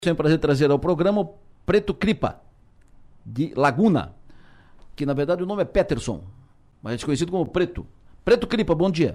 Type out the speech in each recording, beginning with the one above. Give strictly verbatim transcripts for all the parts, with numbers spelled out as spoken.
Sempre um prazer trazer ao programa o Preto Cripa, de Laguna, que na verdade o nome é Peterson, mas é conhecido como Preto. Preto Cripa, bom dia.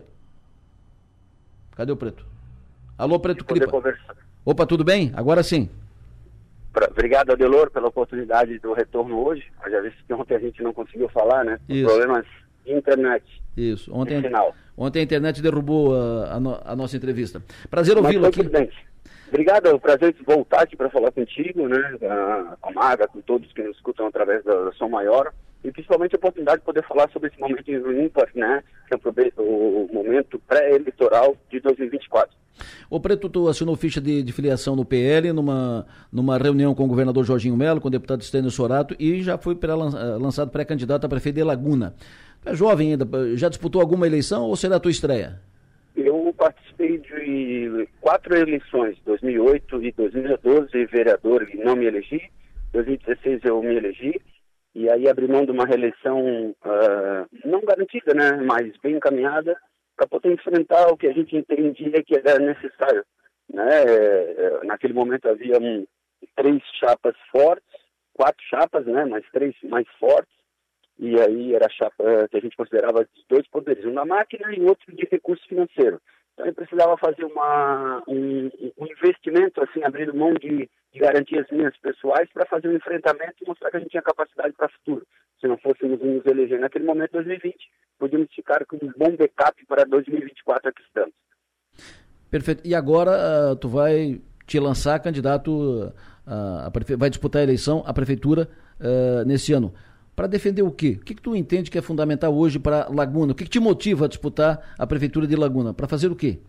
Cadê o Preto? Alô, Preto Cripa. Conversar. Opa, tudo bem? Agora sim. Pra, obrigado, Adelor, pela oportunidade do retorno hoje. Eu já vi que ontem a gente não conseguiu falar, né? Isso. Problemas de internet. Isso. Ontem, final. ontem a internet derrubou a, a, no, a nossa entrevista. Prazer ouvi-lo Mas, aqui. Presidente, obrigado, é um prazer voltar aqui para falar contigo, né, com a Maga, com todos que nos escutam através da, da Som Maior, e principalmente a oportunidade de poder falar sobre esse momento ímpar, né, que é o momento pré-eleitoral de dois mil e vinte e quatro. Ô Preto, tu assinou ficha de, de filiação no P L numa, numa reunião com o governador Jorginho Melo, com o deputado Stênio Sorato, e já foi pré lançado pré-candidato a prefeito de Laguna. Tu é jovem ainda, já disputou alguma eleição ou será a tua estreia? Eu participei de quatro eleições, dois mil e oito e dois mil e doze, vereador, e não me elegi. dois mil e dezesseis eu me elegi, e aí abri mão de uma reeleição uh, não garantida, né, mas bem encaminhada, para poder enfrentar o que a gente entendia que era necessário. Né? Naquele momento havia um, três chapas fortes, quatro chapas, né, mas três mais fortes, e aí era a chapa que a gente considerava de dois poderes, um da máquina e outro de recurso financeiro. Então eu precisava fazer uma, um, um investimento, assim, abrindo mão de, de garantias minhas pessoais para fazer um enfrentamento e mostrar que a gente tinha capacidade para o futuro. Se não fôssemos nos eleger naquele momento, dois mil e vinte, podíamos ficar com um bom backup para dois mil e vinte e quatro aqui estamos. Perfeito. E agora uh, tu vai te lançar candidato, uh, a prefe... vai disputar a eleição à prefeitura uh, nesse ano. Para defender o quê? O que, que tu entende que é fundamental hoje para Laguna? O que, que te motiva a disputar a prefeitura de Laguna? Para fazer o quê?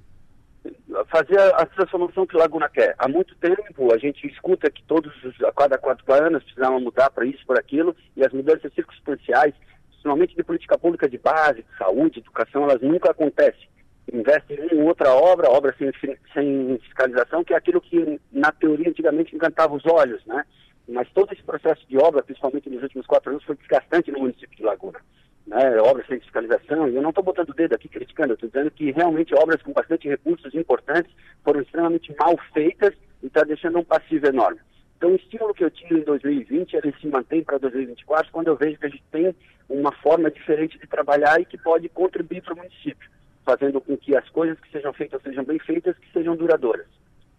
Fazer a transformação que Laguna quer. Há muito tempo a gente escuta que todos, a cada quatro anos, precisamos mudar para isso, por aquilo, e as mudanças circunstanciais, principalmente de política pública de base, de saúde, educação, elas nunca acontecem. Investem em outra obra, obra sem, sem fiscalização, que é aquilo que, na teoria, antigamente encantava os olhos, né? Mas todo esse processo de obra, principalmente nos últimos quatro anos, foi desgastante no município de Laguna. Né? Obras sem fiscalização, e eu não estou botando o dedo aqui criticando, eu estou dizendo que realmente obras com bastante recursos importantes foram extremamente mal feitas e está deixando um passivo enorme. Então o estímulo que eu tinha em dois mil e vinte ele se mantém para dois mil e vinte e quatro, quando eu vejo que a gente tem uma forma diferente de trabalhar e que pode contribuir para o município, fazendo com que as coisas que sejam feitas sejam bem feitas, que sejam duradouras.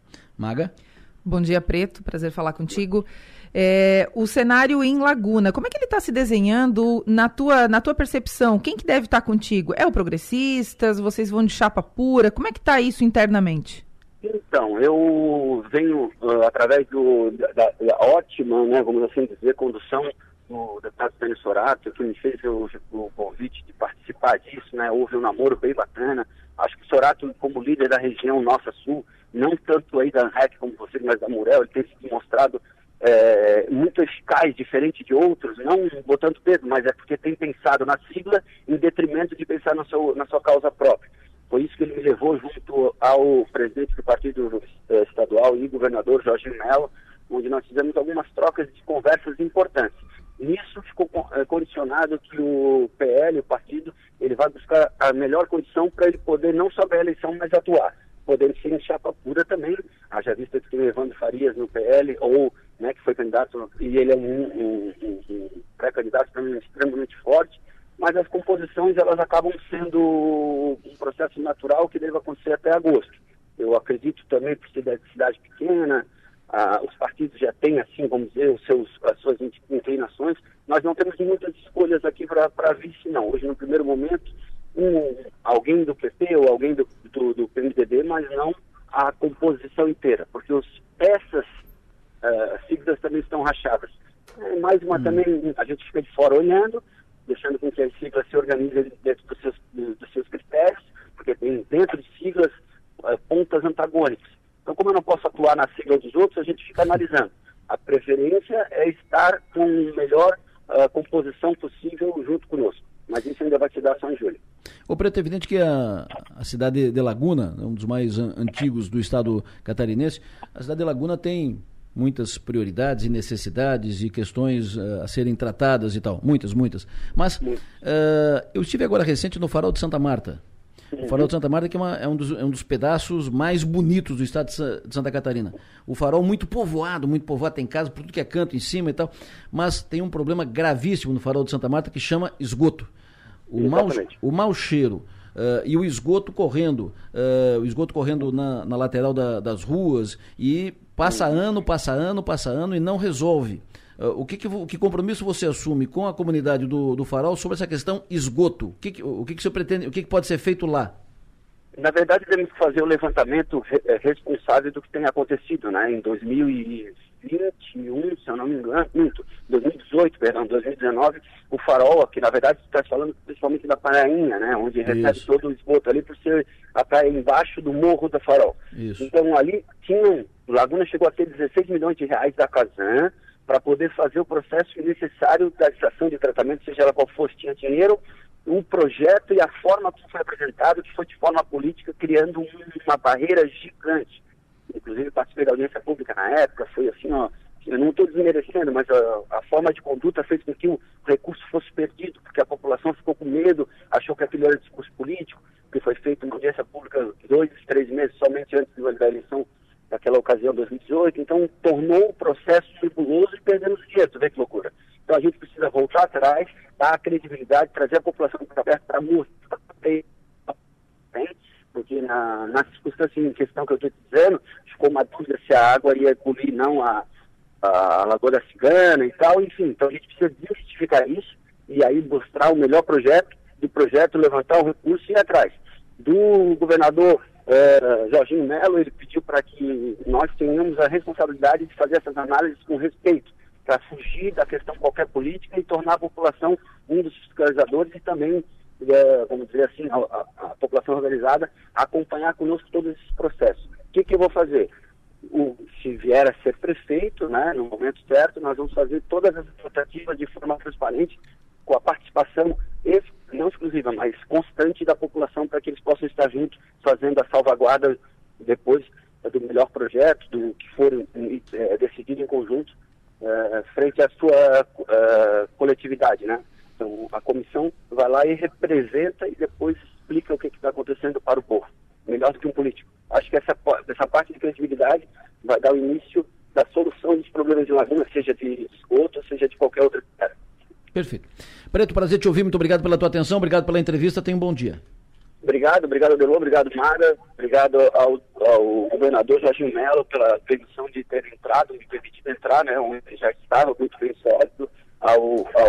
Maga? Bom dia, Preto, prazer falar contigo. É, o cenário em Laguna, como é que ele está se desenhando na tua, na tua percepção? Quem que deve estar contigo? É o Progressistas? Vocês vão de chapa pura? Como é que está isso internamente? Então, eu venho uh, através do, da, da ótima, né, vamos assim dizer, condução do deputado Stênio Sorato, que me fez o, o convite de participar disso, né? Houve um namoro bem bacana. Acho que o Sorato, como líder da região Nossa Sul, não tanto aí da ANREC como você, mas da Murel, ele tem se mostrado é, muito eficaz, diferente de outros, não botando dedo, mas é porque tem pensado na sigla em detrimento de pensar na sua, na sua causa própria. Foi isso que ele me levou junto ao presidente do Partido Estadual e governador Jorginho Melo, onde nós fizemos algumas trocas de conversas importantes. Nisso ficou condicionado que o P L, o partido, ele vai buscar a melhor condição para ele poder não só para a eleição, mas atuar. Podendo ser em chapa pura também, haja vista que tem o Evandro Farias no P L, ou, né, que foi candidato, e ele é um, um, um, um pré-candidato também extremamente forte, mas as composições elas acabam sendo um processo natural que deve acontecer até agosto. Eu acredito também por ser cidade pequena, ah, os partidos já têm, assim, vamos dizer, os seus, as suas inclinações. Nós não temos muitas escolhas aqui para vice, não. Hoje, no primeiro momento, um, alguém do P P ou alguém do, do, do P M D B, mas não a composição inteira, porque os, essas uh, siglas também estão rachadas. É, mais uma hum. também, a gente fica de fora olhando, deixando com que as siglas se organizem dentro dos seus, dos seus critérios, porque tem dentro de siglas uh, pontas antagônicas. Então, como eu não posso atuar na sigla dos outros, a gente fica analisando. A preferência é estar com a melhor uh, composição possível junto conosco. Mas isso ainda vai se dar só em julho. Ô Preto, é evidente que a, a cidade de Laguna, um dos mais an, antigos do estado catarinense, a cidade de Laguna tem muitas prioridades e necessidades e questões uh, a serem tratadas e tal. Muitas, muitas. Mas uh, eu estive agora recente no Farol de Santa Marta. O Farol de Santa Marta que é, uma, é, um dos, é um dos pedaços mais bonitos do estado de, Sa, de Santa Catarina. O Farol muito povoado, muito povoado, tem casa por tudo que é canto em cima e tal, mas tem um problema gravíssimo no Farol de Santa Marta que chama esgoto. O, mau, o mau cheiro uh, e o esgoto correndo, uh, o esgoto correndo na, na lateral da, das ruas e passa ano, passa ano, passa ano e não resolve. Uh, o que, que, que compromisso você assume com a comunidade do, do Farol sobre essa questão esgoto? O que, que, o que, que você pretende, o que, que pode ser feito lá? Na verdade, temos que fazer o levantamento re, responsável do que tem acontecido, né? Em dois mil e vinte e um, se eu não me engano, muito, dois mil e dezoito, perdão, dois mil e dezenove, o Farol, que na verdade está falando principalmente da Prainha, né? Onde recebe Isso. todo o esgoto ali por ser a praia embaixo do morro da Farol. Isso. Então ali tinham, Laguna chegou a ter dezesseis milhões de reais da Casan, para poder fazer o processo necessário da estação de tratamento, seja ela qual for, tinha dinheiro, um projeto e a forma que foi apresentado, que foi de forma política, criando um, uma barreira gigante. Inclusive, participei da audiência pública na época, foi assim, ó, eu não estou desmerecendo, mas a, a forma de conduta fez com que o recurso fosse perdido, porque a população ficou com medo, achou que aquilo era discurso político, que foi feito uma audiência pública dois, três meses somente antes da eleição naquela ocasião, dois mil e dezoito, então tornou o processo nebuloso e perdemos dinheiro, tu vê que loucura. Então a gente precisa voltar atrás, dar credibilidade, trazer a população para perto para mostrar, porque na, na circunstância em questão que eu estou te dizendo, ficou uma dúvida se a água ia cobrir não a, a Lagoa da Cigana e tal, enfim, então a gente precisa justificar isso e aí mostrar o melhor projeto, do projeto levantar o recurso e ir atrás. Do governador Uh, Jorginho Melo, ele pediu para que nós tenhamos a responsabilidade de fazer essas análises com respeito, para fugir da questão qualquer política e tornar a população um dos fiscalizadores e também, uh, vamos dizer assim, a, a, a população organizada acompanhar conosco todos esses processos. O que, que eu vou fazer? O, se vier a ser prefeito, né, no momento certo, nós vamos fazer todas as tratativas de forma transparente, com a participação não exclusiva, mas constante da população, para que eles possam estar juntos fazendo a salvaguarda depois do melhor projeto, do que for é, decidido em conjunto, é, frente à sua é, coletividade, né? Então, a comissão vai lá e representa e depois explica o que está acontecendo para o povo, melhor do que um político. Acho que essa, essa parte de credibilidade vai dar o início da solução dos problemas de Laguna, seja de esgoto, seja de qualquer outra área. Perfeito. Preto, prazer te ouvir, muito obrigado pela tua atenção, obrigado pela entrevista, tenha um bom dia. Obrigado, obrigado Adelô, obrigado Mara, obrigado ao, ao governador Jorginho Melo pela permissão de ter entrado, me permitido entrar, né, onde já estava muito bem sólido, ao,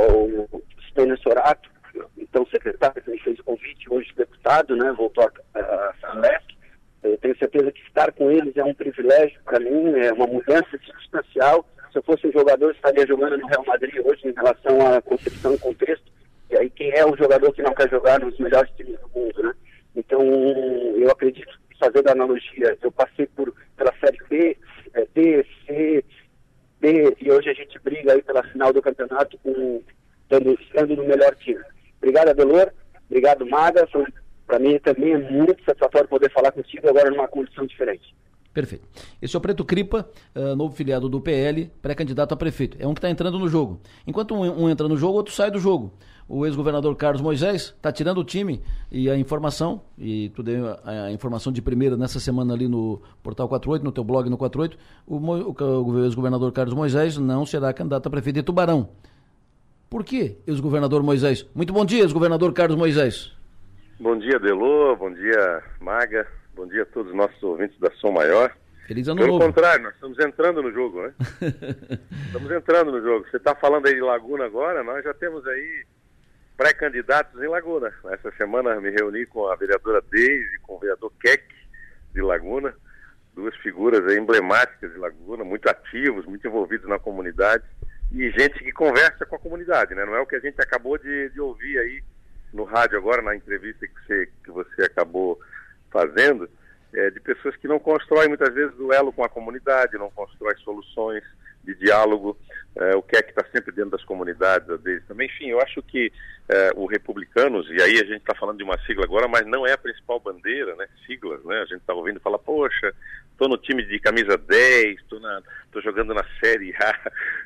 ao Stênio Sorato, então secretário que me fez o convite, hoje deputado, né, voltou a, a, a Leste. Eu tenho certeza que estar com eles é um privilégio para mim, é uma mudança substancial. Se eu fosse um jogador, estaria jogando no Real Madrid hoje em relação à concepção e contexto. E aí quem é o jogador que não quer jogar nos melhores times do mundo, né? Então, eu acredito, fazendo a analogia, eu passei por, pela Série B, é, D, C, D, e hoje a gente briga aí pela final do campeonato com, estando, estando no melhor time. Obrigado, Adelor. Obrigado, Maga. Para mim também é muito satisfatório poder falar contigo agora numa condição diferente. Perfeito. Esse é o Preto Cripa, uh, novo filiado do P L, pré-candidato a prefeito. É um que está entrando no jogo. Enquanto um, um entra no jogo, o outro sai do jogo. O ex-governador Carlos Moisés está tirando o time e a informação, e tu deu a, a informação de primeira nessa semana ali no Portal quatro oito, no teu blog no quatro oito, o, o, o ex-governador Carlos Moisés não será candidato a prefeito de Tubarão. Por quê, ex-governador Moisés? Muito bom dia, ex-governador Carlos Moisés. Bom dia, Adelô, bom dia, Maga. Bom dia a todos os nossos ouvintes da Som Maior. Feliz ano Pelo novo. contrário, nós estamos entrando no jogo, né? Estamos entrando no jogo. Você está falando aí de Laguna agora, nós já temos aí pré-candidatos em Laguna. Essa semana me reuni com a vereadora Deise e com o vereador Keck de Laguna, duas figuras aí emblemáticas de Laguna, muito ativos, muito envolvidos na comunidade e gente que conversa com a comunidade, né? Não é o que a gente acabou de, de ouvir aí no rádio agora, na entrevista que você, que você acabou fazendo, é, de pessoas que não constroem muitas vezes duelo com a comunidade, não constroem soluções de diálogo, é, o que é que está sempre dentro das comunidades, às vezes também. Enfim, eu acho que é, o Republicanos, e aí a gente está falando de uma sigla agora, mas não é a principal bandeira, né, siglas, né, a gente está ouvindo falar, poxa, estou no time de camisa dez, estou jogando na Série A,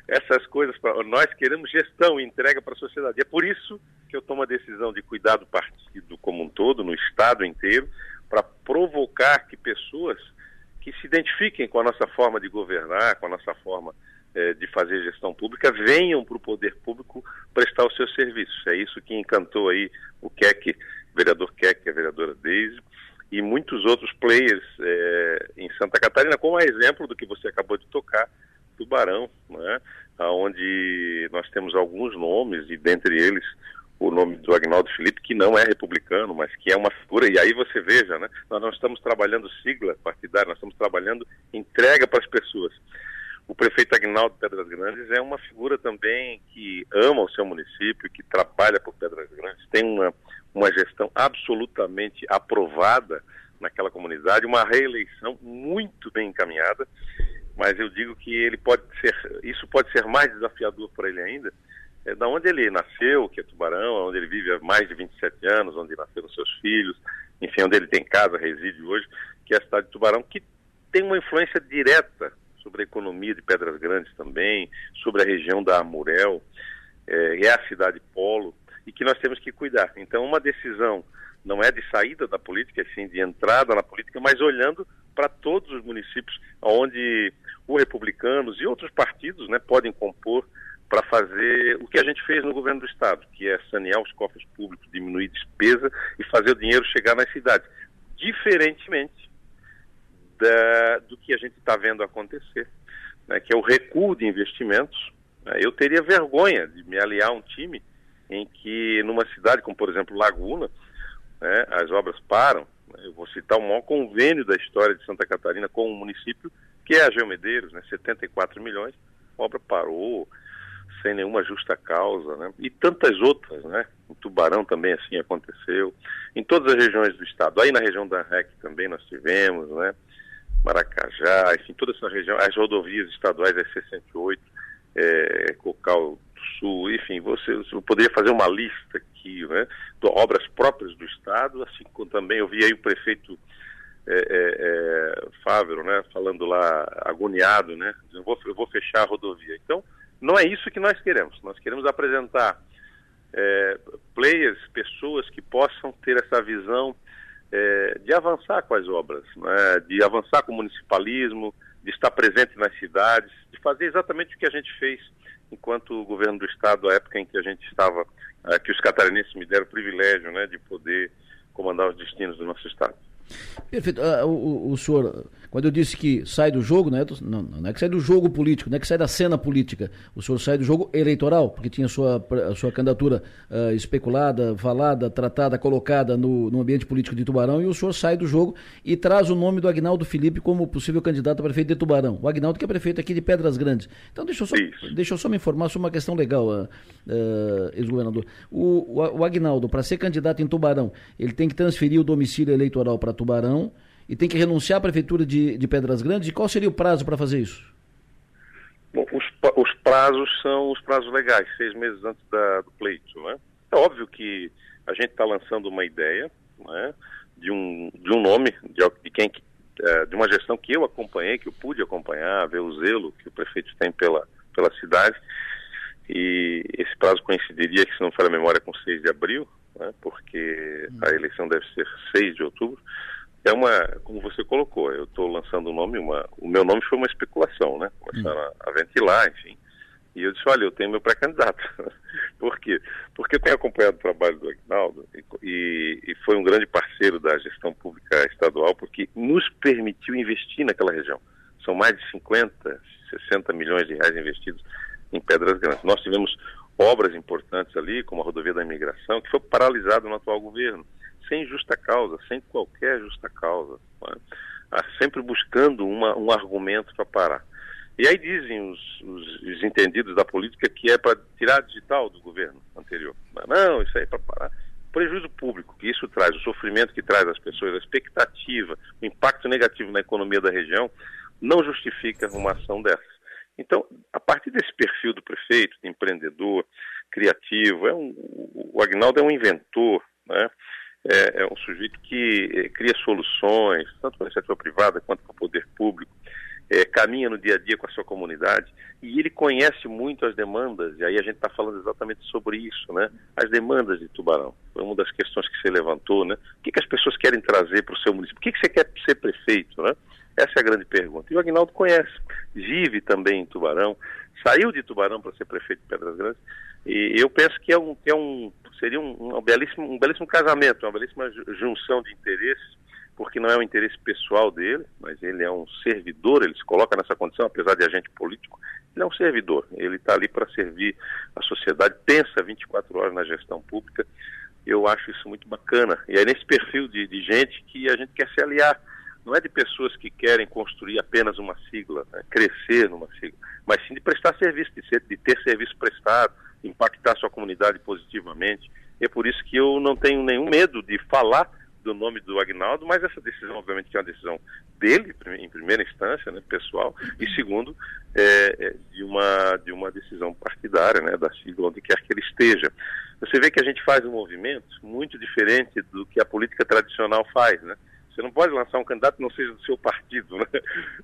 essas coisas, pra, nós queremos gestão e entrega para a sociedade. É por isso que eu tomo a decisão de cuidar do partido como um todo, no Estado inteiro, para provocar que pessoas que se identifiquem com a nossa forma de governar, com a nossa forma eh, de fazer gestão pública, venham para o poder público prestar os seus serviços. É isso que encantou aí o Keck, o vereador Keck, a vereadora Deise, e muitos outros players eh, em Santa Catarina, como é exemplo do que você acabou de tocar, Tubarão, né, onde nós temos alguns nomes, e dentre eles o nome do Agnaldo Felipe, que não é republicano, mas que é uma figura, e aí você veja, né, nós não estamos trabalhando sigla partidária, nós estamos trabalhando entrega para as pessoas. O prefeito Agnaldo Pedras Grandes é uma figura também que ama o seu município, que trabalha por Pedras Grandes, tem uma, uma gestão absolutamente aprovada naquela comunidade, uma reeleição muito bem encaminhada, mas eu digo que ele pode ser, isso pode ser mais desafiador para ele ainda, é da onde ele nasceu, que é Tubarão, onde ele vive há mais de vinte e sete anos, onde nasceram seus filhos, enfim, onde ele tem casa, reside hoje, que é a cidade de Tubarão, que tem uma influência direta sobre a economia de Pedras Grandes também, sobre a região da Amurel, é, é a cidade polo, e que nós temos que cuidar. Então, uma decisão não é de saída da política, é sim de entrada na política, mas olhando para todos os municípios onde os republicanos e outros partidos, né, podem compor para fazer o que a gente fez no governo do Estado, que é sanear os cofres públicos, diminuir despesa e fazer o dinheiro chegar nas cidades. Diferentemente da, do que a gente está vendo acontecer, né, que é o recuo de investimentos. Né. Eu teria vergonha de me aliar a um time em que, numa cidade como, por exemplo, Laguna, né, as obras param. Eu vou citar o maior convênio da história de Santa Catarina com o município, que é a Geomedeiros, né, setenta e quatro milhões, a obra parou sem nenhuma justa causa, né, e tantas outras, né, em Tubarão também assim aconteceu, em todas as regiões do estado, aí na região da R E C também nós tivemos, né, Maracajá, enfim, toda essa região, as rodovias estaduais, a sessenta e oito, é, Cocal do Sul, enfim, você, você poderia fazer uma lista aqui, né, de obras próprias do estado, assim como também eu vi aí o prefeito é, é, é, Fávero, né, falando lá agoniado, né, eu vou, eu vou fechar a rodovia. Então, não é isso que nós queremos. Nós queremos apresentar é, players, pessoas que possam ter essa visão é, de avançar com as obras, né, de avançar com o municipalismo, de estar presente nas cidades, de fazer exatamente o que a gente fez enquanto o governo do estado, a época em que a gente estava, é, que os catarinenses me deram o privilégio, né, de poder comandar os destinos do nosso estado. Perfeito. Uh, o, o senhor, quando eu disse que sai do jogo, né, não, não é que sai do jogo político, não é que sai da cena política, o senhor sai do jogo eleitoral, porque tinha sua, a sua candidatura uh, especulada, falada, tratada, colocada no, no ambiente político de Tubarão, e o senhor sai do jogo e traz o nome do Agnaldo Felipe como possível candidato a prefeito de Tubarão. O Agnaldo que é prefeito aqui de Pedras Grandes. Então deixa eu só, deixa eu só me informar sobre uma questão legal, uh, uh, ex-governador. O, o, o Agnaldo, para ser candidato em Tubarão, ele tem que transferir o domicílio eleitoral para Tubarão e tem que renunciar à prefeitura de, de Pedras Grandes. E qual seria o prazo para fazer isso? Bom, os, os prazos são os prazos legais, seis meses antes da, do pleito, né? É óbvio que a gente está lançando uma ideia, né, de, um, de um nome, de, de, quem, de uma gestão que eu acompanhei, que eu pude acompanhar, ver o zelo que o prefeito tem pela, pela cidade, e esse prazo coincidiria, que se não for a memória, com seis de abril, né, porque a eleição deve ser seis de outubro. É uma, como você colocou, eu estou lançando um nome, uma, o meu nome foi uma especulação, né? Começaram a, a ventilar, enfim. E eu disse, olha, eu tenho meu pré-candidato. Por quê? Porque eu tenho acompanhado o trabalho do Agnaldo e, e, e foi um grande parceiro da gestão pública estadual, porque nos permitiu investir naquela região. São mais de cinquenta, sessenta milhões de reais investidos em Pedras Grandes. Nós tivemos obras importantes ali, como a rodovia da imigração, que foi paralisada no atual governo, sem justa causa, sem qualquer justa causa, né? Sempre buscando uma, um argumento para parar. E aí dizem os, os, os entendidos da política que é para tirar a digital do governo anterior. Mas não, isso aí é para parar. O prejuízo público que isso traz, o sofrimento que traz às pessoas, a expectativa, o impacto negativo na economia da região, não justifica uma ação dessa. Então, a partir desse perfil do prefeito, de empreendedor, criativo, é um, o Agnaldo é um inventor, né? É, é um sujeito que é, cria soluções, tanto para a iniciativa privada quanto para o poder público. é, caminha no dia a dia com a sua comunidade, e ele conhece muito as demandas, e aí a gente está falando exatamente sobre isso, né? As demandas de Tubarão. Foi uma das questões que você levantou, né? O que, que as pessoas querem trazer para o seu município? O que, que você quer ser prefeito, né? Essa é a grande pergunta. E o Aguinaldo conhece, vive também em Tubarão, saiu de Tubarão para ser prefeito de Pedras Grandes, e eu penso que é um, que é um, seria um, um, belíssimo, um belíssimo casamento, uma belíssima junção de interesses, porque não é um interesse pessoal dele, mas ele é um servidor, ele se coloca nessa condição, apesar de agente político, ele é um servidor, ele está ali para servir a sociedade, pensa vinte e quatro horas na gestão pública. Eu acho isso muito bacana, e é nesse perfil de, de gente que a gente quer se aliar. Não é de pessoas que querem construir apenas uma sigla, né, crescer numa sigla, mas sim de prestar serviço, de, ser, de ter serviço prestado, impactar sua comunidade positivamente. E é por isso que eu não tenho nenhum medo de falar do nome do Aguinaldo, mas essa decisão, obviamente, que é uma decisão dele, em primeira instância, né, pessoal, e segundo, é, é de, uma, de uma decisão partidária, né, da sigla, onde quer que ele esteja. Você vê que a gente faz um movimento muito diferente do que a política tradicional faz, né? Você não pode lançar um candidato que não seja do seu partido, né?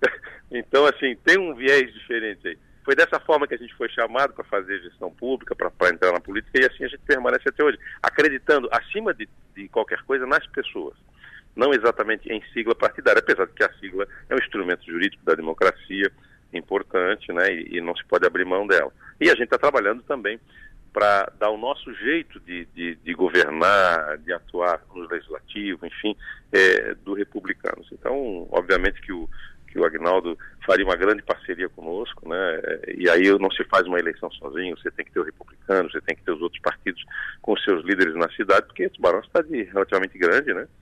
Então, assim, tem um viés diferente aí. Foi dessa forma que a gente foi chamado para fazer gestão pública, para entrar na política, e assim a gente permanece até hoje, acreditando, acima de, de qualquer coisa, nas pessoas, não exatamente em sigla partidária, apesar de que a sigla é um instrumento jurídico da democracia importante, né, e, e não se pode abrir mão dela. E a gente está trabalhando também para dar o nosso jeito de, de, de governar, de atuar no legislativo, enfim, é, do Republicanos. Então, obviamente que o que o Aguinaldo faria uma grande parceria conosco, né? E aí não se faz uma eleição sozinho, você tem que ter o Republicano, você tem que ter os outros partidos com seus líderes na cidade, porque Tubarão é uma cidade relativamente grande, né?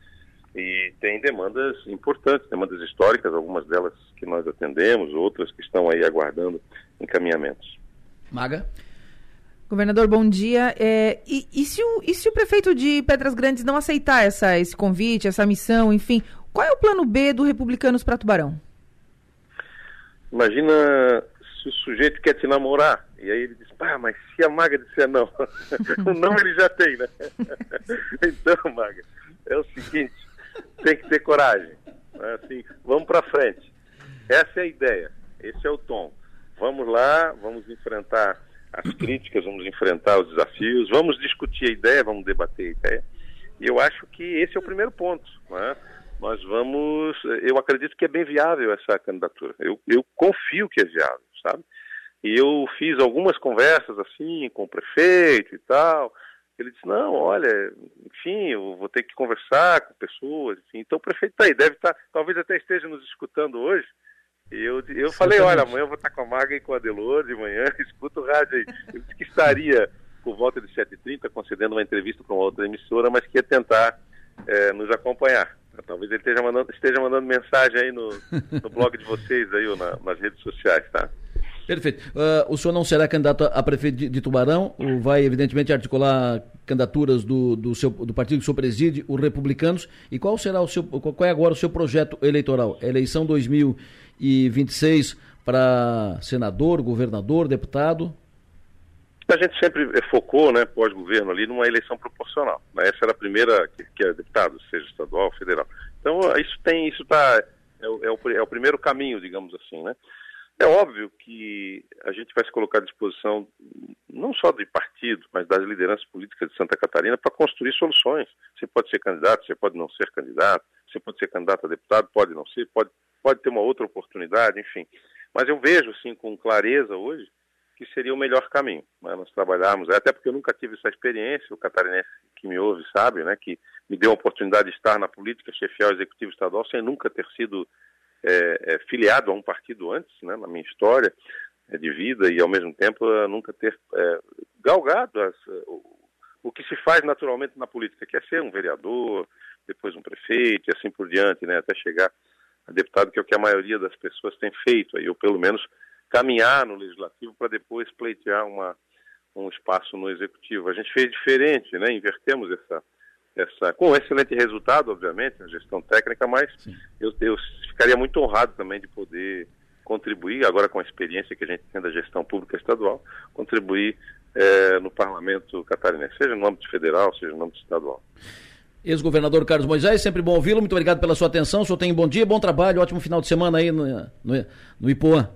E tem demandas importantes, demandas históricas, algumas delas que nós atendemos, outras que estão aí aguardando encaminhamentos. Maga? Governador, bom dia. É, e, e, se o, e se o prefeito de Pedras Grandes não aceitar essa, esse convite, essa missão, enfim, qual é o plano B do Republicanos para Tubarão? Imagina se o sujeito quer te namorar, e aí ele diz, pá, mas se a Maga disser não, o não ele já tem, né? Então, Maga, é o seguinte, tem que ter coragem, né? Assim, vamos para frente. Essa é a ideia, esse é o tom. Vamos lá, vamos enfrentar as críticas, vamos enfrentar os desafios, vamos discutir a ideia, vamos debater a ideia, e eu acho que esse é o primeiro ponto, né? Nós vamos, eu acredito que é bem viável essa candidatura, eu, eu confio que é viável, sabe? E eu fiz algumas conversas assim com o prefeito e tal, ele disse, não, olha, enfim, eu vou ter que conversar com pessoas, enfim. Então o prefeito está aí, deve estar, talvez até esteja nos escutando hoje, e eu, eu falei, olha, amanhã eu vou estar com a Maga e com a Delor de manhã, escuta o rádio aí. Eu disse que estaria por volta de sete e trinta concedendo uma entrevista para uma outra emissora, mas que ia tentar é, nos acompanhar. Talvez ele esteja mandando, esteja mandando mensagem aí no, no blog de vocês, aí, ou na, nas redes sociais, tá? Perfeito. Uh, o senhor não será candidato a prefeito de, de Tubarão, ou vai evidentemente articular candidaturas do, do, seu, do partido que o senhor preside, os Republicanos, e qual será o seu, qual é agora o seu projeto eleitoral? Eleição dois mil e vinte e seis para senador, governador, deputado? A gente sempre focou, né, pós-governo ali, numa eleição proporcional, né? Essa era a primeira, que, que é deputado, seja estadual, federal. Então, isso tem, isso tá, é, é, o, é o primeiro caminho, digamos assim, né? É óbvio que a gente vai se colocar à disposição, não só do partido, mas das lideranças políticas de Santa Catarina, para construir soluções. Você pode ser candidato, você pode não ser candidato, você pode ser candidato a deputado, pode não ser, pode, pode ter uma outra oportunidade, enfim. Mas eu vejo, assim, com clareza hoje, que seria o melhor caminho, né? Nós trabalharmos, até porque eu nunca tive essa experiência, o catarinense que me ouve sabe, né, que me deu a oportunidade de estar na política, chefiar o executivo estadual, sem nunca ter sido é, é, filiado a um partido antes, né, na minha história é, de vida, e ao mesmo tempo nunca ter é, galgado as, o, o que se faz naturalmente na política, que é ser um vereador, depois um prefeito e assim por diante, né, até chegar a deputado, que é o que a maioria das pessoas tem feito, aí eu pelo menos caminhar no legislativo para depois pleitear uma, um espaço no executivo. A gente fez diferente, né? Invertemos essa, essa, com um excelente resultado, obviamente, na gestão técnica, mas eu, eu ficaria muito honrado também de poder contribuir, agora com a experiência que a gente tem da gestão pública estadual, contribuir é, no parlamento catarinense, seja no âmbito federal, seja no âmbito estadual. Ex-governador Carlos Moisés, sempre bom ouvi-lo, muito obrigado pela sua atenção, o senhor tem um bom dia, bom trabalho, ótimo final de semana aí no, no, no Ipuã.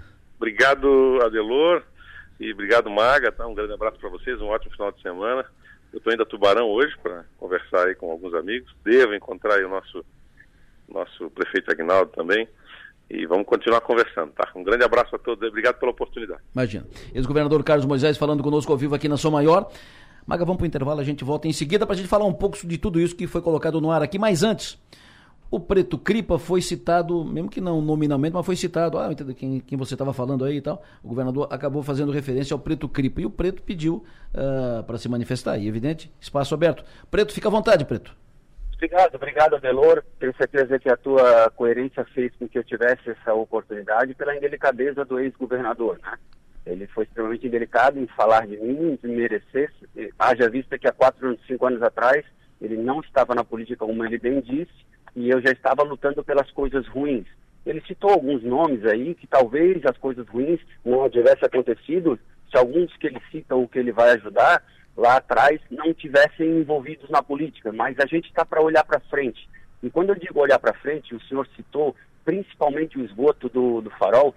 Obrigado, Adelor, e obrigado, Maga, tá? Um grande abraço para vocês, um ótimo final de semana. Eu estou indo a Tubarão hoje para conversar aí com alguns amigos, devo encontrar aí o nosso, nosso prefeito Aguinaldo também, e vamos continuar conversando, tá? Um grande abraço a todos, obrigado pela oportunidade. Imagina. Ex-governador Carlos Moisés falando conosco ao vivo aqui na Som Maior. Maga, vamos para o intervalo, a gente volta em seguida para a gente falar um pouco de tudo isso que foi colocado no ar aqui, mas antes, o Preto Cripa foi citado, mesmo que não nominalmente, mas foi citado, ah, entendo quem, quem você estava falando aí e tal, o governador acabou fazendo referência ao Preto Cripa, e o Preto pediu uh, para se manifestar, e evidente, espaço aberto. Preto, fica à vontade, Preto. Obrigado, obrigado, Adelor. Tenho certeza que a tua coerência fez com que eu tivesse essa oportunidade pela indelicadeza do ex-governador, né? Ele foi extremamente indelicado em falar de mim, de merecer, haja vista que há quatro, cinco anos atrás ele não estava na política, como ele bem disse, e eu já estava lutando pelas coisas ruins. Ele citou alguns nomes aí que talvez as coisas ruins não tivessem acontecido se alguns que ele cita ou que ele vai ajudar lá atrás não tivessem envolvidos na política, mas a gente está para olhar para frente. E quando eu digo olhar para frente, o senhor citou principalmente o esgoto do, do Farol,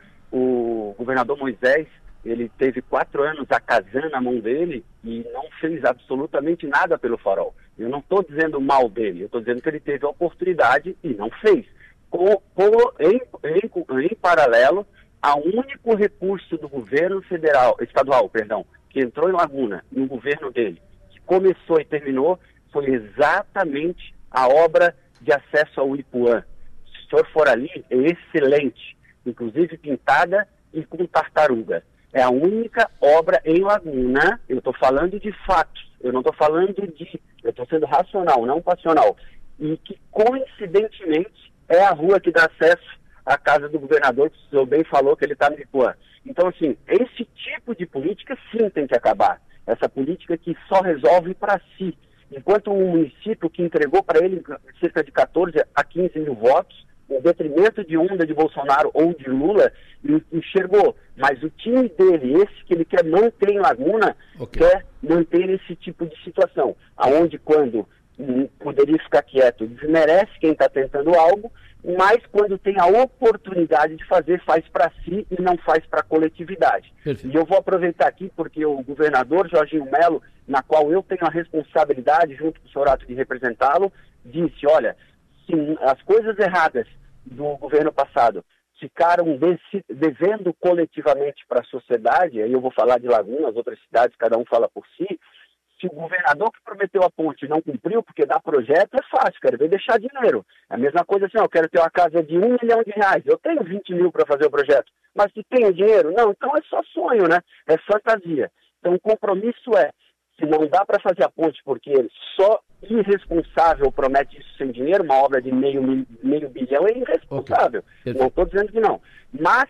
o governador Moisés, ele teve quatro anos a casana na mão dele e não fez absolutamente nada pelo Farol. Eu não estou dizendo mal dele, eu estou dizendo que ele teve a oportunidade e não fez. Com, com, em, em, em paralelo, a único recurso do governo federal, estadual, perdão, que entrou em Laguna, no governo dele, que começou e terminou, foi exatamente a obra de acesso ao Ipuã. Se o senhor for ali, é excelente, inclusive pintada e com tartaruga. É a única obra em Laguna, eu estou falando de fatos, eu não estou falando de, eu estou sendo racional, não passional, e que coincidentemente é a rua que dá acesso à casa do governador, que o senhor bem falou que ele está no Ipuã. Então, assim, esse tipo de política sim tem que acabar, essa política que só resolve para si, enquanto um município que entregou para ele cerca de catorze a quinze mil votos, em detrimento de onda de Bolsonaro ou de Lula, enxergou. Mas o time dele, esse que ele quer manter em Laguna, okay, quer manter esse tipo de situação, aonde quando hum, poderia ficar quieto, desmerece quem está tentando algo, mas quando tem a oportunidade de fazer, faz para si e não faz para a coletividade. Perfeito. E eu vou aproveitar aqui, porque o governador Jorginho Melo, na qual eu tenho a responsabilidade, junto com o senhor Ato, de representá-lo, disse, olha, se as coisas erradas do governo passado ficaram devendo coletivamente para a sociedade, aí eu vou falar de Laguna, as outras cidades, cada um fala por si, se o governador que prometeu a ponte não cumpriu, porque dar projeto é fácil, quero ver deixar dinheiro. É a mesma coisa assim, ó, eu quero ter uma casa de um milhão de reais, eu tenho vinte mil para fazer o projeto, mas se tem dinheiro? Não, então é só sonho, né? É fantasia. Então o compromisso é, se não dá para fazer a ponte porque só irresponsável promete isso sem dinheiro, uma obra de meio, meio bilhão é irresponsável. Okay. Não estou dizendo que não. Mas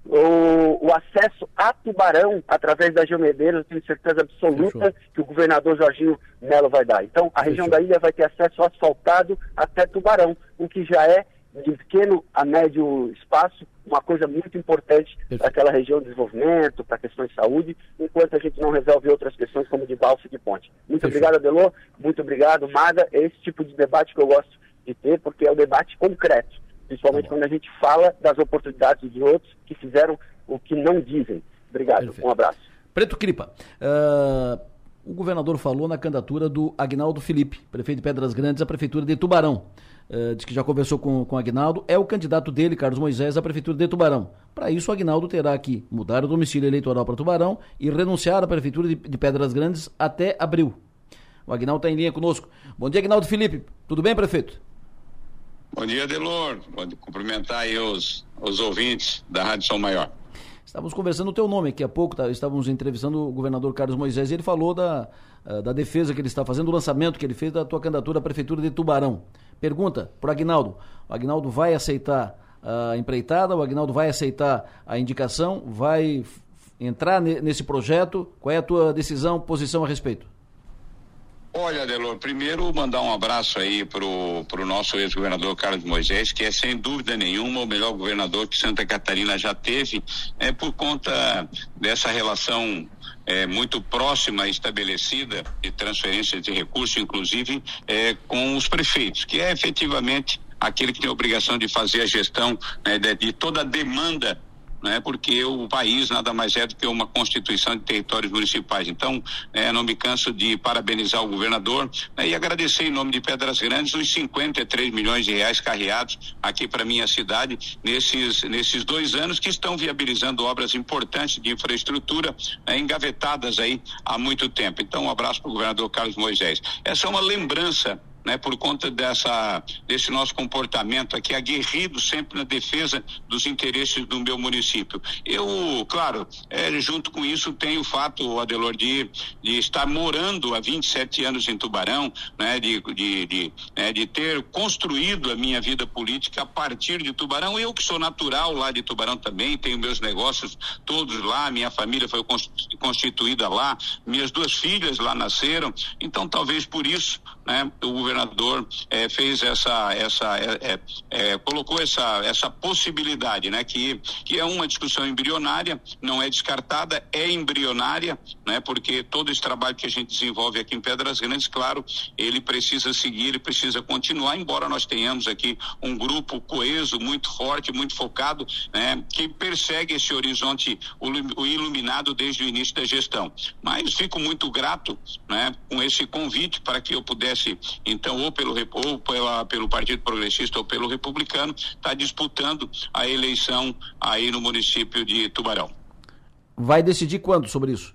o, o acesso a Tubarão, através da Geomedeiros, eu tenho certeza absoluta Fechou. que o governador Jorginho Melo vai dar. Então, a região Fechou. da ilha vai ter acesso asfaltado até Tubarão, o que já é, de pequeno a médio espaço, uma coisa muito importante para aquela região de desenvolvimento, para questões de saúde, enquanto a gente não resolve outras questões como de balsa e de ponte. Muito Fechou. obrigado, Adelor, muito obrigado, Maga. É esse tipo de debate que eu gosto de ter, porque é o debate concreto, principalmente quando a gente fala das oportunidades dos outros que fizeram o que não dizem. Obrigado, Perfeito. um abraço. Preto Cripa, uh, o governador falou na candidatura do Aguinaldo Felipe, prefeito de Pedras Grandes, à prefeitura de Tubarão. Uh, diz que já conversou com, com o Aguinaldo, é o candidato dele, Carlos Moisés, à prefeitura de Tubarão. Para isso, o Aguinaldo terá que mudar o domicílio eleitoral para Tubarão e renunciar à prefeitura de, de Pedras Grandes até abril. O Aguinaldo está em linha conosco. Bom dia, Aguinaldo Felipe. Tudo bem, prefeito? Bom dia, Adelor. Pode cumprimentar aí os, os ouvintes da Rádio Som Maior. Estávamos conversando o teu nome aqui há pouco, tá? Estávamos entrevistando o governador Carlos Moisés e ele falou da, da defesa que ele está fazendo, do lançamento que ele fez da tua candidatura à prefeitura de Tubarão. Pergunta para o Aguinaldo, o Aguinaldo vai aceitar a empreitada, o Aguinaldo vai aceitar a indicação, vai f- entrar ne- nesse projeto? Qual é a tua decisão, posição a respeito? Olha, Adelor, primeiro mandar um abraço aí pro, pro nosso ex-governador Carlos Moisés, que é sem dúvida nenhuma o melhor governador que Santa Catarina já teve, é por conta dessa relação é, muito próxima, estabelecida, de transferência de recursos, inclusive é, com os prefeitos, que é efetivamente aquele que tem a obrigação de fazer a gestão, né, de, de toda a demanda, né, porque o país nada mais é do que uma constituição de territórios municipais. Então, é, não me canso de parabenizar o governador, né, e agradecer em nome de Pedras Grandes os cinquenta e três milhões de reais carreados aqui para minha cidade nesses nesses dois anos, que estão viabilizando obras importantes de infraestrutura, né, engavetadas aí há muito tempo. Então, um abraço para o governador Carlos Moisés. Essa é uma lembrança, né, por conta dessa, desse nosso comportamento aqui aguerrido sempre na defesa dos interesses do meu município. Eu, claro, é, junto com isso tem o fato, Adelor, de, de estar morando há vinte e sete anos em Tubarão, né, de, de, de, né, de ter construído a minha vida política a partir de Tubarão. Eu que sou natural lá de Tubarão também, tenho meus negócios todos lá, minha família foi constituída lá, minhas duas filhas lá nasceram, então talvez por isso, né, o governador eh, fez essa, essa é, é, é, colocou essa, essa possibilidade, né, que, que é uma discussão embrionária, não é descartada, é embrionária, né, porque todo esse trabalho que a gente desenvolve aqui em Pedras Grandes, claro, ele precisa seguir, ele precisa continuar, embora nós tenhamos aqui um grupo coeso, muito forte, muito focado, né, que persegue esse horizonte o iluminado desde o início da gestão. Mas fico muito grato, né, com esse convite para que eu pudesse, então, ou pelo ou pela, pelo Partido Progressista ou pelo Republicano, está disputando a eleição aí no município de Tubarão. Vai decidir quando sobre isso?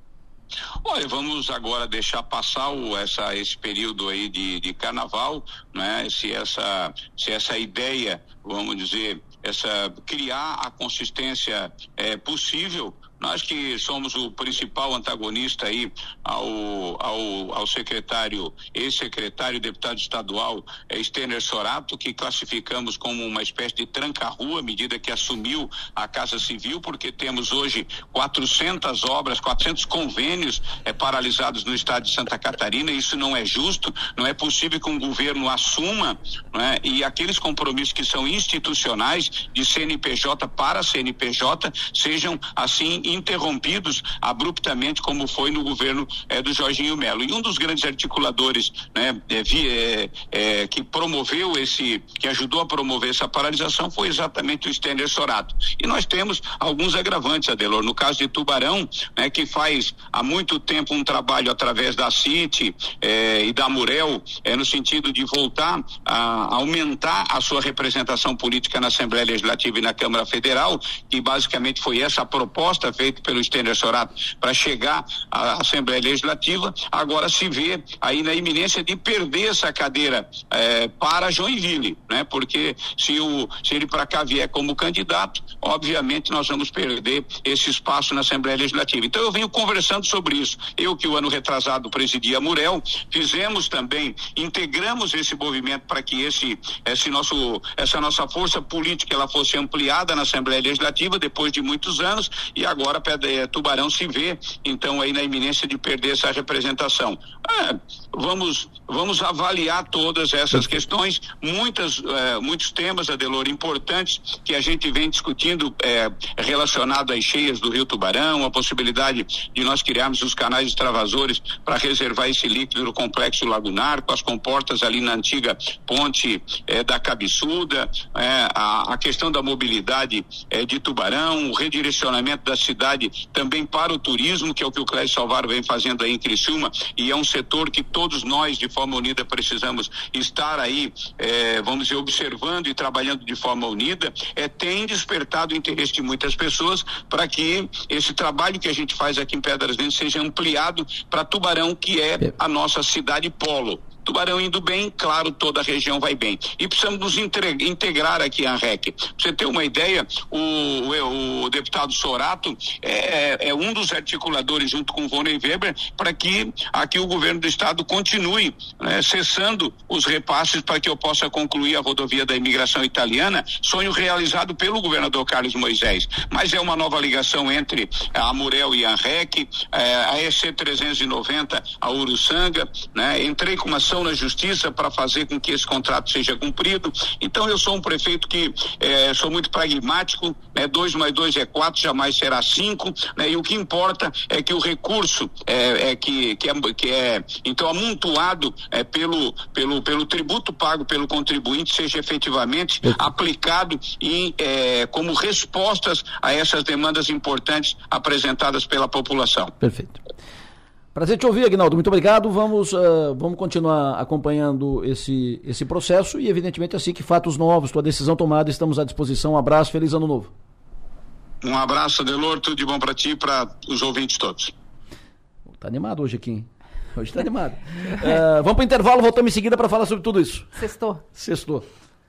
Olha, vamos agora deixar passar o, essa, esse período aí de, de carnaval, né? Se essa, se essa ideia, vamos dizer, essa, criar a consistência é, possível. Nós que somos o principal antagonista aí ao, ao, ao secretário, ex-secretário, deputado estadual, é, Stener Sorato, que classificamos como uma espécie de tranca-rua à medida que assumiu a Casa Civil, porque temos hoje quatrocentas obras, quatrocentos convênios é, paralisados no estado de Santa Catarina. Isso não é justo, não é possível que um governo assuma, né, e aqueles compromissos que são institucionais de C N P J para C N P J sejam assim interrompidos abruptamente, como foi no governo é, do Jorginho Melo. E um dos grandes articuladores, né, é, é, é, que promoveu esse, que ajudou a promover essa paralisação foi exatamente o Stener Sorato. E nós temos alguns agravantes, Adelor. No caso de Tubarão, né, que faz há muito tempo um trabalho através da C I T é, e da Murel, é, no sentido de voltar a aumentar a sua representação política na Assembleia Legislativa e na Câmara Federal, que basicamente foi essa a proposta feito pelo Stener Sorato para chegar à Assembleia Legislativa. Agora se vê aí na iminência de perder essa cadeira eh, para Joinville, né? Porque se, o, se ele para cá vier como candidato, obviamente nós vamos perder esse espaço na Assembleia Legislativa. Então eu venho conversando sobre isso. Eu que o ano retrasado presidi a Murel, fizemos também, integramos esse movimento para que esse, esse nosso, essa nossa força política ela fosse ampliada na Assembleia Legislativa depois de muitos anos, e agora Agora Tubarão se vê então aí na iminência de perder essa representação. É, vamos vamos avaliar todas essas questões, muitas é, muitos temas, Adelor, importantes que a gente vem discutindo é, relacionado às cheias do Rio Tubarão, a possibilidade de nós criarmos os canais extravasores para reservar esse líquido no complexo lagunar, com as comportas ali na antiga ponte é, da Cabeçuda, é, a, a questão da mobilidade é, de Tubarão, o redirecionamento da cidade também para o turismo, que é o que o Clécio Salvaro vem fazendo aí em Criciúma, e é um setor que todos nós de forma unida precisamos estar aí, eh, vamos dizer, observando e trabalhando de forma unida. É, tem despertado o interesse de muitas pessoas para que esse trabalho que a gente faz aqui em Pedras Grandes seja ampliado para Tubarão, que é a nossa cidade polo. Tubarão indo bem, claro, toda a região vai bem. E precisamos nos integrar aqui em Anrec. Pra você ter uma ideia, o, o, o deputado Sorato é, é um dos articuladores, junto com o Vonei Weber, para que aqui o governo do estado continue, né, cessando os repasses para que eu possa concluir a rodovia da imigração italiana, sonho realizado pelo governador Carlos Moisés. Mas é uma nova ligação entre a Murel e a Anrec, é, a E C trezentos e noventa, a Uruçanga, né? Entrei com uma ação ação na justiça para fazer com que esse contrato seja cumprido. Então eu sou um prefeito que é, sou muito pragmático, né? Dois mais dois é quatro, jamais será cinco, né? E o que importa é que o recurso é, é que, que, é, que é então amontoado é, pelo, pelo, pelo tributo pago pelo contribuinte seja efetivamente é. aplicado em, é, como respostas a essas demandas importantes apresentadas pela população. Perfeito. Prazer te ouvir, Aguinaldo. Muito obrigado. Vamos, uh, vamos continuar acompanhando esse, esse processo e, evidentemente, assim que fatos novos, tua decisão tomada, estamos à disposição. Um abraço, feliz ano novo. Um abraço, Adelor, tudo de bom para ti e para os ouvintes todos. Tá animado hoje aqui, hein? Hoje tá animado. uh, vamos para o intervalo, voltamos em seguida para falar sobre tudo isso. Sextou. Sextou.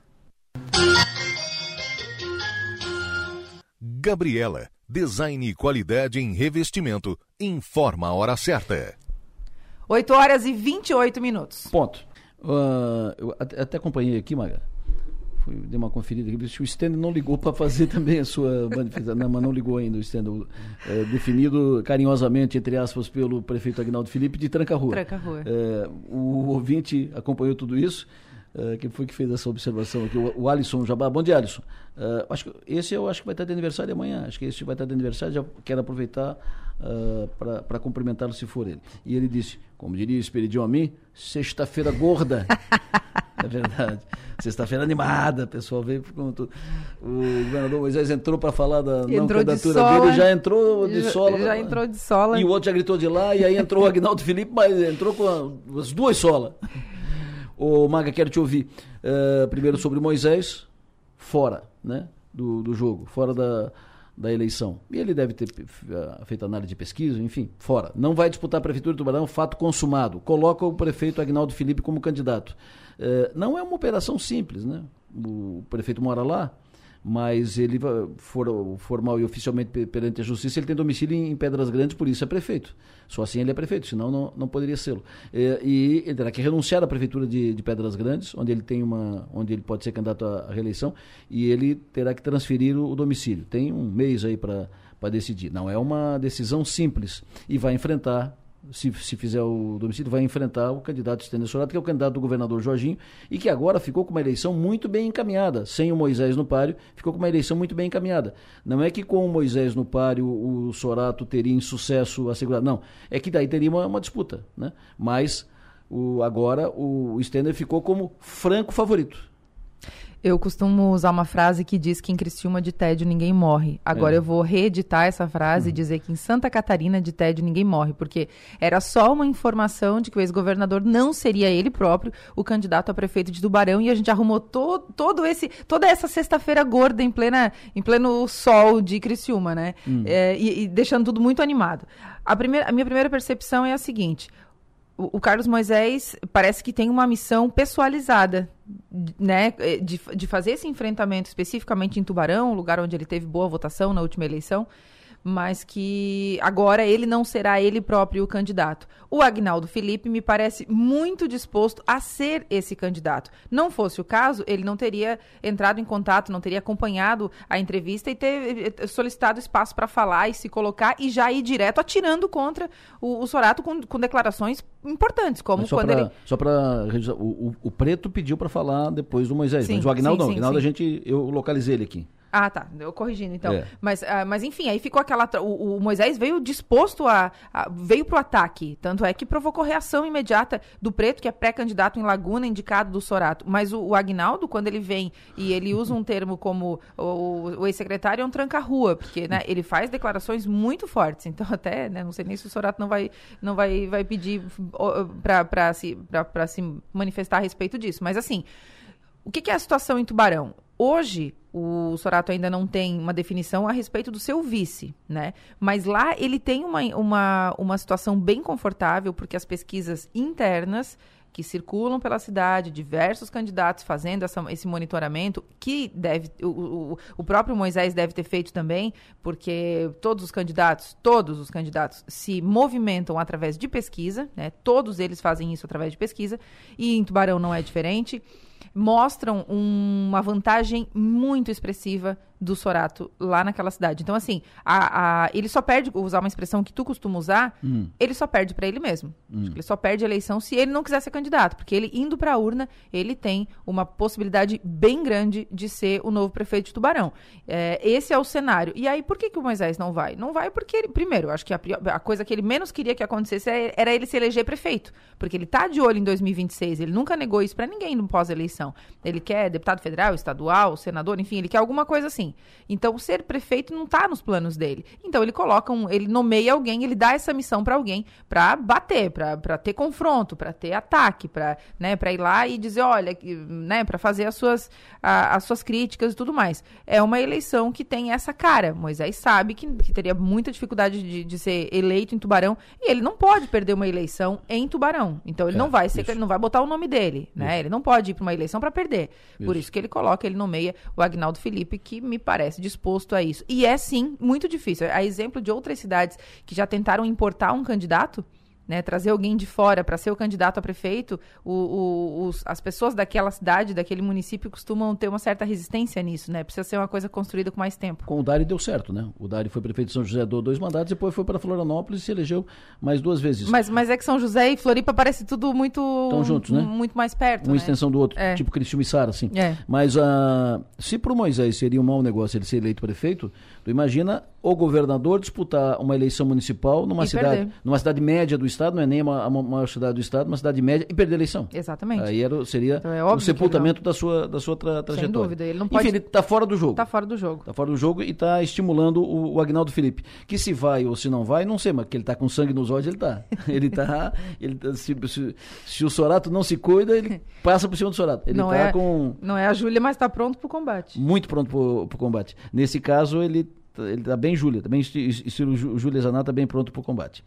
Gabriela, design e qualidade em revestimento, informa a hora certa. oito horas e vinte e oito minutos. Ponto. Uh, eu até, até acompanhei aqui, Maga. Fui, dei uma conferida aqui. O Stênio não ligou para fazer também a sua manifestação. Não, mas não ligou ainda o Stênio. É, definido carinhosamente, entre aspas, pelo prefeito Aguinaldo Felipe, de Tranca-Rua. Tranca-Rua. É, o ouvinte acompanhou tudo isso. Uh, quem foi que fez essa observação aqui? O, o Alisson Jabá. Bom dia, Alisson. Uh, acho que esse eu acho que vai estar de aniversário amanhã. Acho que esse vai estar de aniversário. Já quero aproveitar uh, para cumprimentá-lo se for ele. E ele disse, como diria o Esperidião a mim, sexta-feira gorda. É verdade. Sexta-feira animada, pessoal veio com tudo. O governador Moisés entrou para falar da não entrou candidatura de dele, já entrou de já, sola. Já entrou de sola. E o outro já gritou de lá, e aí entrou o Aguinaldo Felipe, mas entrou com as duas solas. Ô, Maga, quero te ouvir. Uh, primeiro sobre Moisés, fora, né, do, do jogo, fora da, da eleição. E ele deve ter uh, feito análise de pesquisa, enfim, fora. Não vai disputar a Prefeitura de Tubarão, fato consumado. Coloca o prefeito Aguinaldo Felipe como candidato. Uh, não é uma operação simples, né? O prefeito mora lá, mas ele, for, formal e oficialmente perante a justiça, ele tem domicílio em Pedras Grandes, por isso é prefeito. Só assim ele é prefeito, senão não, não poderia sê-lo. É, e ele terá que renunciar à prefeitura de, de Pedras Grandes, onde ele tem uma, onde ele pode ser candidato à, à reeleição, e ele terá que transferir o, o domicílio. Tem um mês aí para decidir. Não é uma decisão simples e vai enfrentar. Se, se fizer o domicílio, vai enfrentar o candidato Stênio Sorato, que é o candidato do governador Jorginho, e que agora ficou com uma eleição muito bem encaminhada. Sem o Moisés no páreo, ficou com uma eleição muito bem encaminhada. Não é que com o Moisés no páreo o Sorato teria insucesso assegurado. Não, é que daí teria uma, uma disputa, né? Mas o, agora o Stênio ficou como franco favorito. Eu costumo usar uma frase que diz que em Criciúma de tédio ninguém morre. Agora é. eu vou reeditar essa frase hum. e dizer que em Santa Catarina de tédio ninguém morre, porque era só uma informação de que o ex-governador não seria ele próprio o candidato a prefeito de Tubarão, e a gente arrumou to, todo esse, toda essa sexta-feira gorda em, plena, em pleno sol de Criciúma, né? Hum. É, e, e deixando tudo muito animado. A, primeira, a minha primeira percepção é a seguinte: o Carlos Moisés parece que tem uma missão pessoalizada, né, de, de fazer esse enfrentamento especificamente em Tubarão, lugar onde ele teve boa votação na última eleição, mas que agora ele não será ele próprio o candidato. O Aguinaldo Felipe me parece muito disposto a ser esse candidato. Não fosse o caso, ele não teria entrado em contato, não teria acompanhado a entrevista e ter solicitado espaço para falar e se colocar e já ir direto atirando contra o, o Sorato com, com declarações importantes, como só quando pra, ele... Só para o, o, o Preto pediu para falar depois do Moisés, sim, mas o Aguinaldo sim, não. O Aguinaldo, a gente, eu localizei ele aqui. Ah, tá. Eu corrigindo, então. É. Mas, uh, mas, enfim, aí ficou aquela... O, o Moisés veio disposto a, a... Veio pro ataque. Tanto é que provocou reação imediata do Preto, que é pré-candidato em Laguna, indicado do Sorato. Mas o, o Aguinaldo, quando ele vem e ele usa um termo como o, o ex-secretário, é um tranca-rua, porque, né, ele faz declarações muito fortes. Então, até, né, não sei nem se o Sorato não vai, não vai, vai pedir para se, se manifestar a respeito disso. Mas, assim, o que, que é a situação em Tubarão? Hoje, o Sorato ainda não tem uma definição a respeito do seu vice, né? Mas lá ele tem uma, uma, uma situação bem confortável, porque as pesquisas internas que circulam pela cidade, diversos candidatos fazendo essa, esse monitoramento, que deve, o, o, o próprio Moisés deve ter feito também, porque todos os candidatos, todos os candidatos se movimentam através de pesquisa, né? Todos eles fazem isso através de pesquisa, e em Tubarão não é diferente. mostram um, uma vantagem muito expressiva do Sorato lá naquela cidade. Então, assim, a, a, ele só perde, vou usar uma expressão que tu costuma usar, hum. ele só perde para ele mesmo. Hum. Ele só perde a eleição se ele não quiser ser candidato, porque ele indo para a urna, ele tem uma possibilidade bem grande de ser o novo prefeito de Tubarão. É, esse é o cenário. E aí, por que, que o Moisés não vai? Não vai porque, ele, primeiro, eu acho que a, a coisa que ele menos queria que acontecesse era ele se eleger prefeito, porque ele tá de olho em dois mil e vinte e seis, ele nunca negou isso para ninguém no pós-eleição. Ele quer deputado federal, estadual, senador, enfim, ele quer alguma coisa assim. Então, ser prefeito não está nos planos dele. Então, ele coloca um, ele nomeia alguém, ele dá essa missão para alguém para bater, para ter confronto, para ter ataque, para, né, para ir lá e dizer, olha, né, para fazer as suas, a, as suas críticas e tudo mais. É uma eleição que tem essa cara. Moisés sabe que, que teria muita dificuldade de, de ser eleito em Tubarão e ele não pode perder uma eleição em Tubarão. Então, ele é, não vai ser, ele não vai botar o nome dele, né? Isso. Ele não pode ir para uma eleição para perder. Isso. Por isso que ele coloca, ele nomeia o Agnaldo Felipe, que me parece disposto a isso. E é, sim, muito difícil. A exemplo de outras cidades que já tentaram importar um candidato, né, trazer alguém de fora para ser o candidato a prefeito, o, o, os, as pessoas daquela cidade, daquele município, costumam ter uma certa resistência nisso, né? Precisa ser uma coisa construída com mais tempo. Com o Dari deu certo, né? O Dari foi prefeito de São José, deu dois mandatos, depois foi para Florianópolis e se elegeu mais duas vezes. Mas, mas é que São José e Floripa parece tudo muito... Estão juntos, né? Muito mais perto, Uma né? extensão do outro, é. tipo Criciúma e Sara, assim. É. Mas uh, se para o Moisés seria um mau negócio ele ser eleito prefeito, tu imagina o governador disputar uma eleição municipal numa e cidade, perder. numa cidade média do estado, não é nem uma, uma maior cidade do estado, uma cidade média, e perder a eleição. Exatamente. Aí era, seria então é o sepultamento da sua, da sua tra, trajetória. Sem dúvida. Ele não pode... Enfim, ele está fora do jogo. Está fora do jogo. Está fora do jogo e está estimulando o, o Agnaldo Felipe. Que se vai ou se não vai, não sei, mas que ele está com sangue nos olhos, ele está. Ele está. Ele tá, se, se, se o Sorato não se cuida, ele passa por cima do Sorato. Ele não, tá é, com... não é a Júlia, mas está pronto para o combate. Muito pronto para o combate. Nesse caso, ele ele está bem Júlia, também estilo Júlia Zanata, bem pronto para o combate.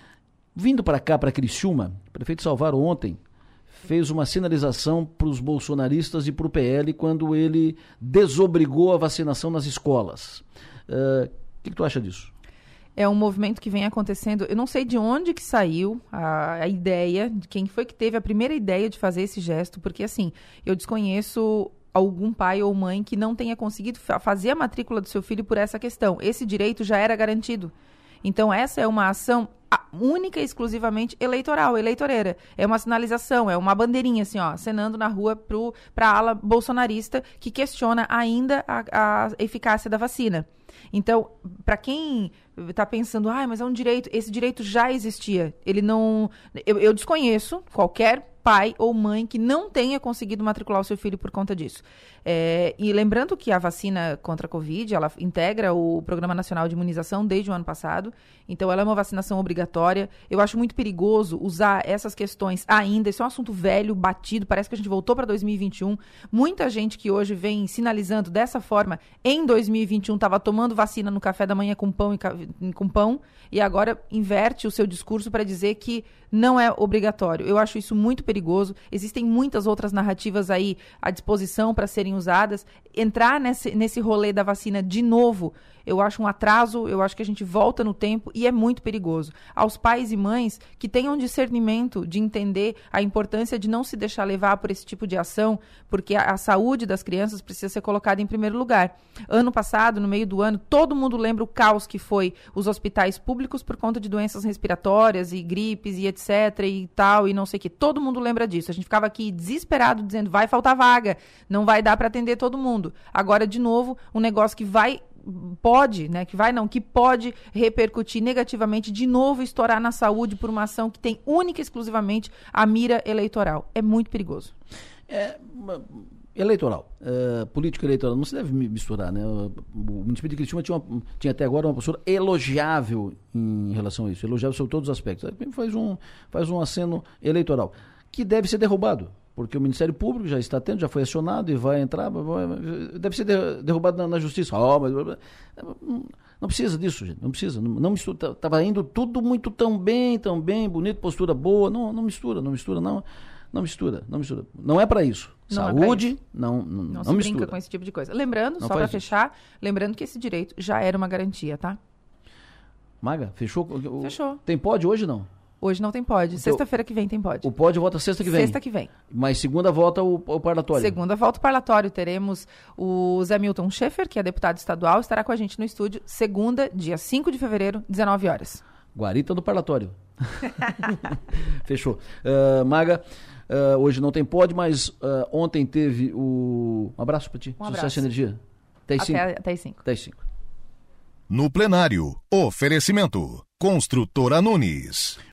Vindo para cá, para Criciúma, o prefeito Salvaro ontem fez uma sinalização para os bolsonaristas e para o P L quando ele desobrigou a vacinação nas escolas. O uh, que, que tu acha disso? É um movimento que vem acontecendo, eu não sei de onde que saiu a, a ideia, de quem foi que teve a primeira ideia de fazer esse gesto, porque assim, eu desconheço algum pai ou mãe que não tenha conseguido fa- fazer a matrícula do seu filho por essa questão. Esse direito já era garantido. Então, essa é uma ação única e exclusivamente eleitoral, eleitoreira. É uma sinalização, é uma bandeirinha, assim, ó, acenando na rua para a ala bolsonarista que questiona ainda a, a eficácia da vacina. Então, para quem está pensando, ah, mas é um direito, esse direito já existia. Ele não... Eu, eu desconheço qualquer pai ou mãe que não tenha conseguido matricular o seu filho por conta disso. É, e lembrando que a vacina contra a Covid, ela integra o Programa Nacional de Imunização desde o ano passado, então ela é uma vacinação obrigatória. Eu acho muito perigoso usar essas questões ainda, isso é um assunto velho, batido, parece que a gente voltou para dois mil e vinte e um. Muita gente que hoje vem sinalizando dessa forma, em dois mil e vinte e um estava tomando vacina no café da manhã com pão, e, com pão e agora inverte o seu discurso para dizer que não é obrigatório. Eu acho isso muito perigoso. Existem muitas outras narrativas aí à disposição para serem usadas. Entrar nesse, nesse rolê da vacina de novo, eu acho um atraso, eu acho que a gente volta no tempo e é muito perigoso. Aos pais e mães que tenham discernimento de entender a importância de não se deixar levar por esse tipo de ação, porque a, a saúde das crianças precisa ser colocada em primeiro lugar. Ano passado, no meio do ano, todo mundo lembra o caos que foi os hospitais públicos por conta de doenças respiratórias e gripes e etc e tal, e não sei o que. Todo mundo lembra disso. A gente ficava aqui desesperado dizendo, vai faltar vaga, não vai dar para atender todo mundo. Agora, de novo, um negócio que vai pode, né, que vai não, que pode repercutir negativamente, de novo estourar na saúde por uma ação que tem única e exclusivamente a mira eleitoral. É muito perigoso. É, eleitoral, é, político eleitoral, não se deve misturar, né? O município de Criciúma tinha, uma, tinha até agora uma postura elogiável em relação a isso, elogiável sobre todos os aspectos. Faz um, faz um aceno eleitoral, que deve ser derrubado, porque o Ministério Público já está tendo, já foi acionado e vai entrar, deve ser derrubado na, na justiça. Oh, mas, não precisa disso, gente, não precisa, não, não mistura, estava indo tudo muito tão bem, tão bem, bonito, postura boa, não, não mistura, não mistura, não, não mistura, não mistura, não é para isso. Não Saúde, é isso. não, não, não, não não se mistura. brinca com esse tipo de coisa. Lembrando, não só para fechar, lembrando que esse direito já era uma garantia, tá? Maga, fechou? Fechou. Tem pódio hoje, não? Hoje não tem pódio. Sexta-feira que vem tem pódio. O pódio volta sexta que vem? Sexta que vem. Mas segunda volta o, o parlatório? Segunda volta o parlatório. Teremos o Zé Milton Schaefer, que é deputado estadual, estará com a gente no estúdio segunda, dia cinco de fevereiro, dezenove horas. Guarita do parlatório. Fechou. Uh, Maga, uh, hoje não tem pódio, mas uh, ontem teve o... Um abraço para ti. Um Sucesso abraço. e energia. Até às cinco. Até às cinco. Até às cinco. No plenário, oferecimento. Construtora Nunes.